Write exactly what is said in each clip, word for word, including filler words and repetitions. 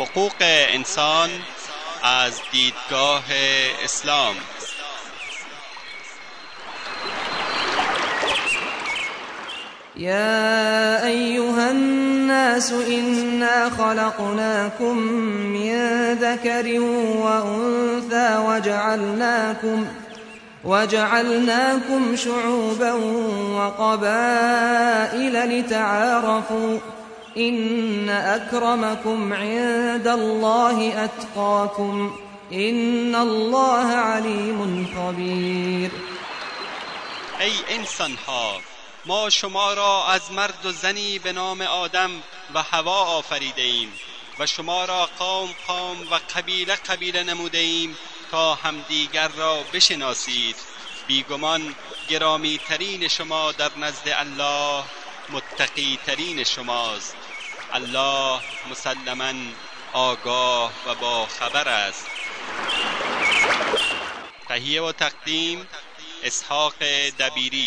حقوق انسان از دیدگاه اسلام. يا أيها الناس إنا خلقناكم من ذكر وأنثى وجعلناكم وجعلناكم شعوبا وقبائل لتعارفوا إن أكرمكم عند الله أتقاكم إن الله عليم خبير. ای انسان ها، ما شما را از مرد و زنی به نام آدم و حوا آفریده ایم و شما را قوم قوم و قبیله قبیله نموده ایم تا همدیگر را بشناسید. بیگمان گرامی ترین شما در نزد الله متقی ترین شماست. الله مسلماً آگاه و با خبر است. تهیه و تقدیم اسحاق دبیری.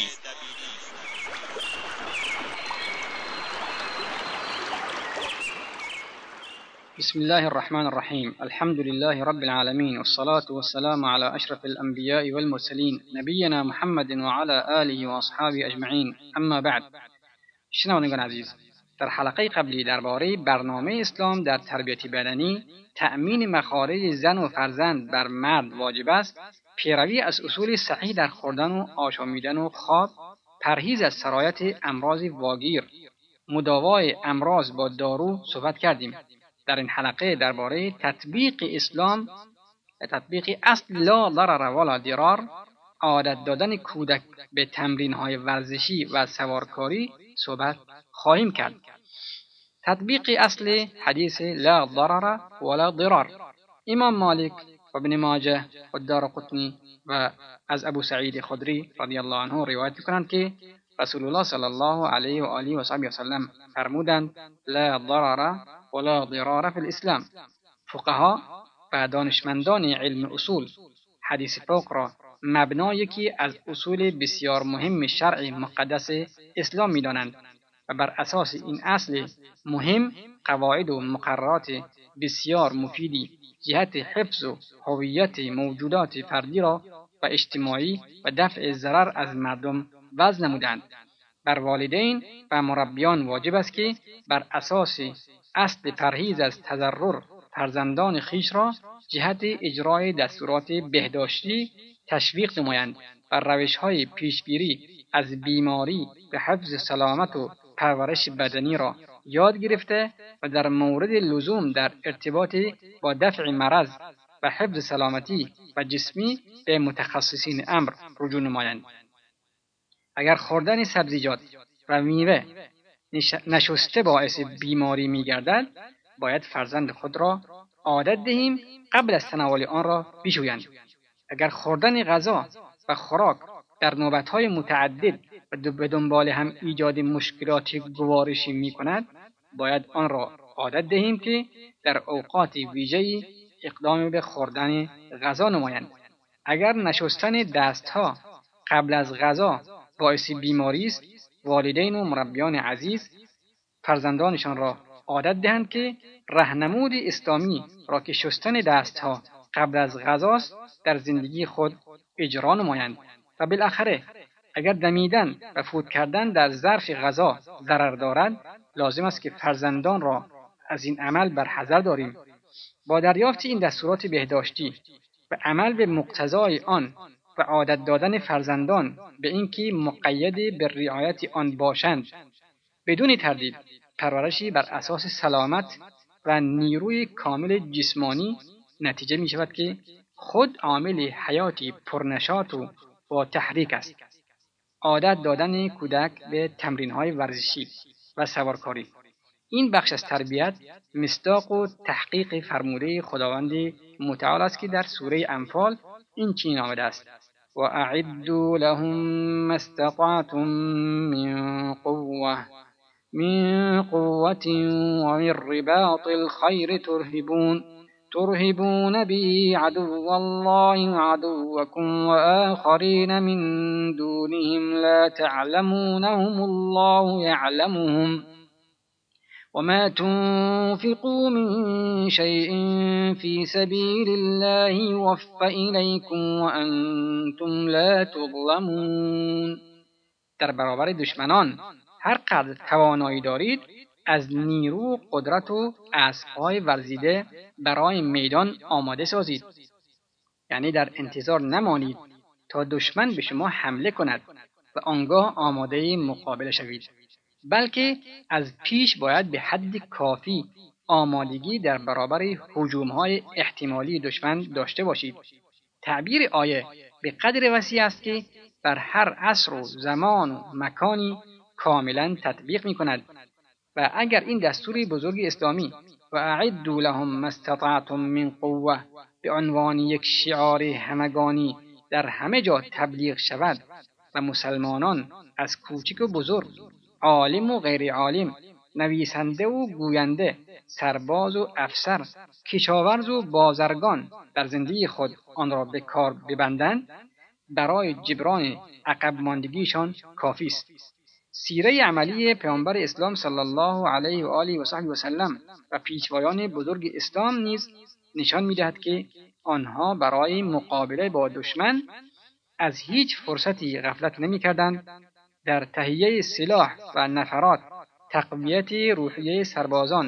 بسم الله الرحمن الرحيم. الحمد لله رب العالمين، والصلاة والسلام على أشرف الأنبياء والمرسلين نبينا محمد وعلى آله وأصحابه أجمعين. اما بعد. شنوندگان عزیز، در حلقه قبلی درباره برنامه اسلام در تربیت بدنی، تأمین مخارج زن و فرزند بر مرد واجب است، پیروی از اصول صحیح در خوردن و آشامیدن و خواب، پرهیز از سرایت امراض واگیر، مداوای امراض با دارو صحبت کردیم. در این حلقه درباره تطبیق اسلام، تطبیق اصل لا ضرر ولا ضرار، عادت دادن کودک به تمرین‌های ورزشی و سوارکاری صحبت خواهیم کرد. تطبیق اصل حدیث لا ضرر ولا ضرار، امام مالک و ابن ماجه و دارقطنی و از ابو سعید خدری رضی الله عنه روایت کنند که رسول الله صلی الله علیه و آله و صحبه وسلم فرمودند لا ضرر ولا ضرار فی الاسلام. فقها و دانشمندان علم اصول حدیث فوق را مبنای یکی از اصول بسیار مهم شرع مقدس اسلام می‌دانند و بر اساس این اصل مهم قواعد و مقررات بسیار مفیدی جهت حفظ و هویت موجودات فردی را و اجتماعی و دفع ضرر از مردم وضع نمودند. بر والدین و مربیان واجب است که بر اساس اصل پرهیز از تضرر فرزندان خیش را جهت اجرای دستورات بهداشتی تشویق نمایند و روش‌های پیشگیری از بیماری و حفظ سلامت و پرورش بدنی را یاد گرفته و در مورد لزوم در ارتباط با دفع مرض و حفظ سلامتی و جسمی به متخصصین امر رجوع نمایند. اگر خوردن سبزیجات و میوه نشسته باعث بیماری می‌گردد، باید فرزند خود را عادت دهیم قبل از تناول آن را بشویند. اگر خوردن غذا و خوراک در نوبت‌های متعدد و به دنبال هم ایجاد مشکلات گوارشی می‌کند، باید آن را عادت دهیم که در اوقات ویژه‌ای اقدام به خوردن غذا نمایند. اگر نشستن دست‌ها قبل از غذا باعث بیماری است، والدین و مربیان عزیز فرزندانشان را عادت دهند که راهنمود اسلامی را که شستن دست‌ها قبل از غذاست در زندگی خود اجرا نمایند. و بالاخره اگر دمیدن و فوت کردن در ظرف غذا ضرر دارد، لازم است که فرزندان را از این عمل برحذر داریم. با دریافت این دستورات بهداشتی و عمل به مقتضای آن و عادت دادن فرزندان به اینکه مقید به رعایت آن باشند، بدون تردید پرورشی بر اساس سلامت و نیروی کامل جسمانی نتیجه می شود که خود عامل حیاتی پرنشاط و با تحریک است. عادت دادن کودک به تمرین‌های ورزشی و سوارکاری، این بخش از تربیت مصداق و تحقیق فرموده خداوند متعال است که در سوره انفال این چنین آمده است: و اعدوا لهم ما استطعتم من قوة من قوة ومن رباط الخير ترهبون ترهبون به عدو الله وعدوكم وآخرين من دونهم لا تعلمونهم الله يعلمهم وما تنفقوا من شيء في سبيل الله يوفى إليكم وأنتم لا تظلمون. در برابر دشمنان هر قدر توانایی دارید از نیرو، قدرت و اسب‌های ورزیده برای میدان آماده سازید. یعنی در انتظار نمانید تا دشمن به شما حمله کند و آنگاه آماده مقابله شوید، بلکه از پیش باید به حد کافی آمادگی در برابر هجوم‌های احتمالی دشمن داشته باشید. تعبیر آیه به قدر وسیع است که بر هر عصر و زمان و مکانی کاملا تطبیق می‌کند و اگر این دستور بزرگ اسلامی و اعدوا لهم ما استطعتم من قوه به عنوان یک شعار همگانی در همه جا تبلیغ شود و مسلمانان از کوچک و بزرگ، عالم و غیر عالم، نویسنده و گوینده، سرباز و افسر، کشاورز و بازرگان در زندگی خود آن را به کار ببندند، برای جبران عقب ماندگیشان کافی است. سیره عملی پیامبر اسلام صلی الله علیه و آله و صحبه و سلم و پیشوایان بزرگ اسلام نیز نشان می‌دهد که آنها برای مقابله با دشمن از هیچ فرصتی غفلت نمی‌کردند. در تهیه سلاح و نفرات، تقویت روحیه سربازان،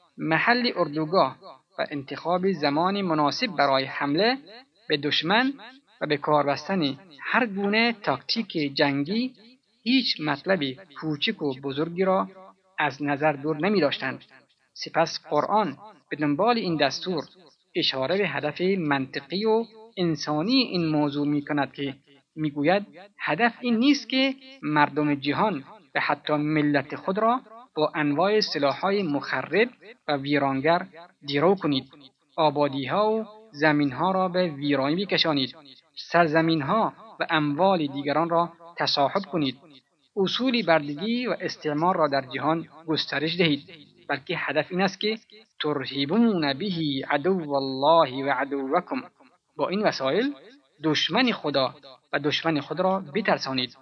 محل اردوگاه و انتخاب زمان مناسب برای حمله به دشمن و به کار بستن هر گونه تاکتیک جنگی هیچ مطلب کوچک و بزرگی را از نظر دور نمی داشتند. سپس قرآن به دنبال این دستور اشاره به هدف منطقی و انسانی این موضوع می کند که می گوید هدف این نیست که مردم جهان و حتی ملت خود را با انواع سلاح‌های مخرب و ویرانگر دیرو کنید، آبادی‌ها و زمین‌ها را به ویرانی بکشانید، سرزمین‌ها و اموال دیگران را تصاحب کنید، اصول بردگی و استعمار را در جهان گسترش دهید، بلکه هدف این است که ترهبون به عدو الله و عدوکم، با این وسایل دشمن خدا و دشمن خود را بترسانید.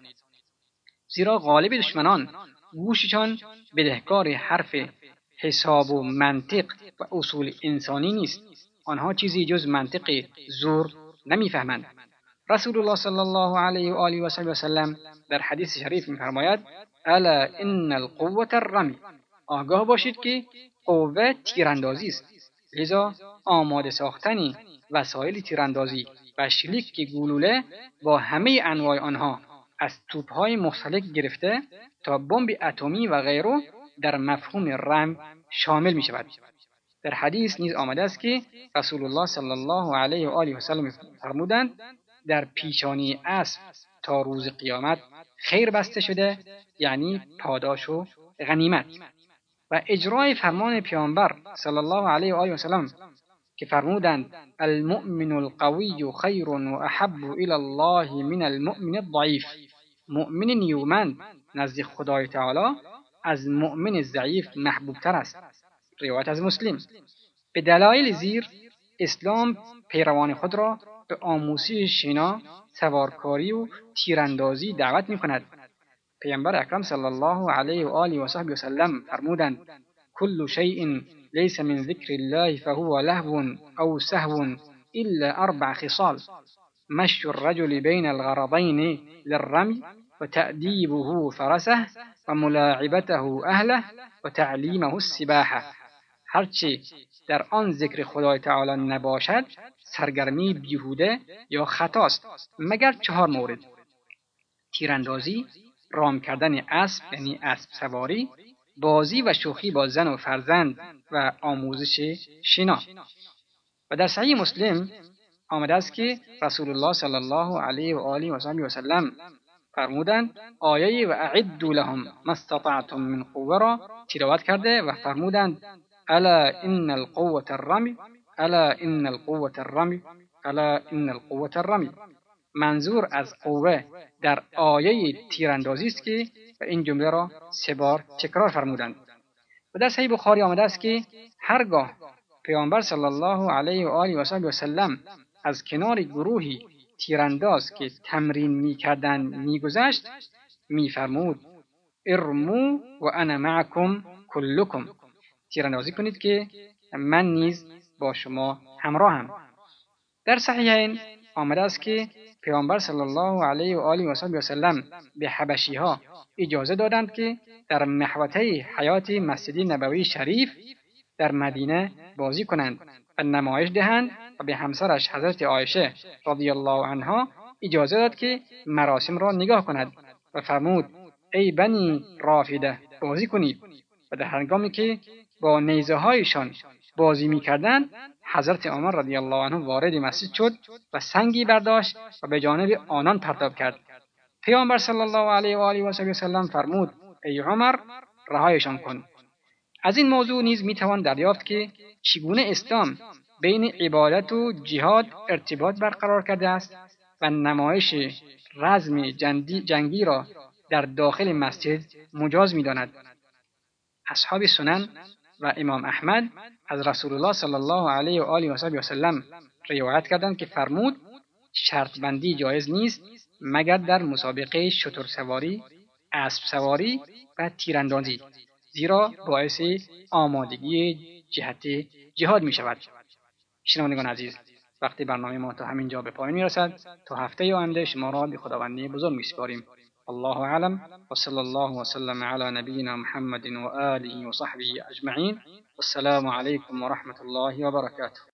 زیرا غالب دشمنان گوششان بدهکار حرف حساب و منطق و اصول انسانی نیست. آنها چیزی جز منطق زور نمیفهمند. رسول الله صلی الله علیه و آله و صحبه و سلم در حدیث شریف می‌فرماید: الا ان القوة الرمی، آگاه باشید که قوه تیراندازی است. لذا آماده ساختن وسایل تیراندازی و شلیک گلوله با همه انواع آنها از توپ‌های مختلف گرفته تا بمب اتمی و غیره در مفهوم رم شامل می شود. در حدیث نیز آمده است که رسول الله صلی الله علیه و آله و سلم فرمودند: در پیشانی اسب تا روز قیامت خیر بسته شده، یعنی پاداش و غنیمت. و اجرای فرمان پیامبر صلی الله علیه و آله و سلم که فرمودند: المؤمن القوی خیر و احب الی الله من المؤمن الضعیف، مؤمن نیرومند نزد خدای تعالی از مؤمن ضعیف محبوب تر است. روایت از مسلم. به دلایل زیر اسلام پیروان خود را به آموزش شنا، سوارکاری و تیراندازی دعوت می کند. پیامبر اکرم صلی الله علیه و آله و صحبه و سلم فرمودند: كل شيء ليس من ذكر الله فهو لهو أو سهو إلا أربع خصال: مشي الرجل بين الغرضين للرمي وتأديبه فرسه وملاعبته أهله وتعليمه السباحة. هرچه در آن ذکر خدای تعالی نباشد سرگرمی بیهوده یا خطاست مگر چهار مورد: تیراندازی، رام کردن اسب یعنی اسب سواری، بازی و شوخی با زن و فرزند و آموزش شنا. و در صحیح مسلم آمده است که رسول الله صلی الله علیه و آله و صحبه و سلم فرمودند: آیه و اعدوا لهم ما استطعتم من قوه را تلاوت کرده و فرمودند: الا ان القوة الرمی، الا ان القوة الرمی، الا ان القوة الرمی. منظور از قوه در آیه تیراندازی است که این جمله را سه بار تکرار فرمودند. و در صحیح بخاری آمده است که هرگاه پیامبر صلی الله علیه و آله و صحبه و سلم از کنار گروهی تیرانداز که تمرین می‌کردند می‌گذشت، می‌فرمود: ارموا و انا معکم کلکم، تیراندازی کنید که من نیز با شما همراهم. در صحیحین آمده است که پیامبر صلی الله علیه و آله و سلم به حبشی ها اجازه دادند که در محوطه حیات مسجد نبوی شریف در مدینه بازی کنند و نمایش دهند و به همسرش حضرت عایشه رضی الله عنها اجازه داد که مراسم را نگاه کند و فرمود ای بنی رافده بازی کنید. و در هنگامی که با نیزه هایشان بازی می کردند حضرت عمر رضی الله عنه وارد مسجد شد و سنگی برداشت و به جانب آنان پرتاب کرد. پیامبر صلی الله علیه و آله و سلم فرمود ای عمر رهایشان کن. از این موضوع نیز می توان دریافت که چگونه اسلام بین عبادت و جهاد ارتباط برقرار کرده است و نمایش رزم جنگی را در داخل مسجد مجاز می داند. اصحاب سنن و امام احمد از رسول الله صلی الله علیه و آله و سلم روایت کردند که فرمود شرط بندی جایز نیست مگر در مسابقه شتر سواری، اسب سواری و تیراندازی، زیرا باعث آمادگی جهت جهاد می شود. شنوندگان عزیز، وقتی برنامه ما تا همین جا به پایان می رسد، تا هفته آینده شما را به خداوندی بزرگ می سپاریم. الله اعلم و صلی الله وسلم علی نبینا محمد و آله و صحبه اجمعین. والسلام علیکم و رحمت الله و برکاته.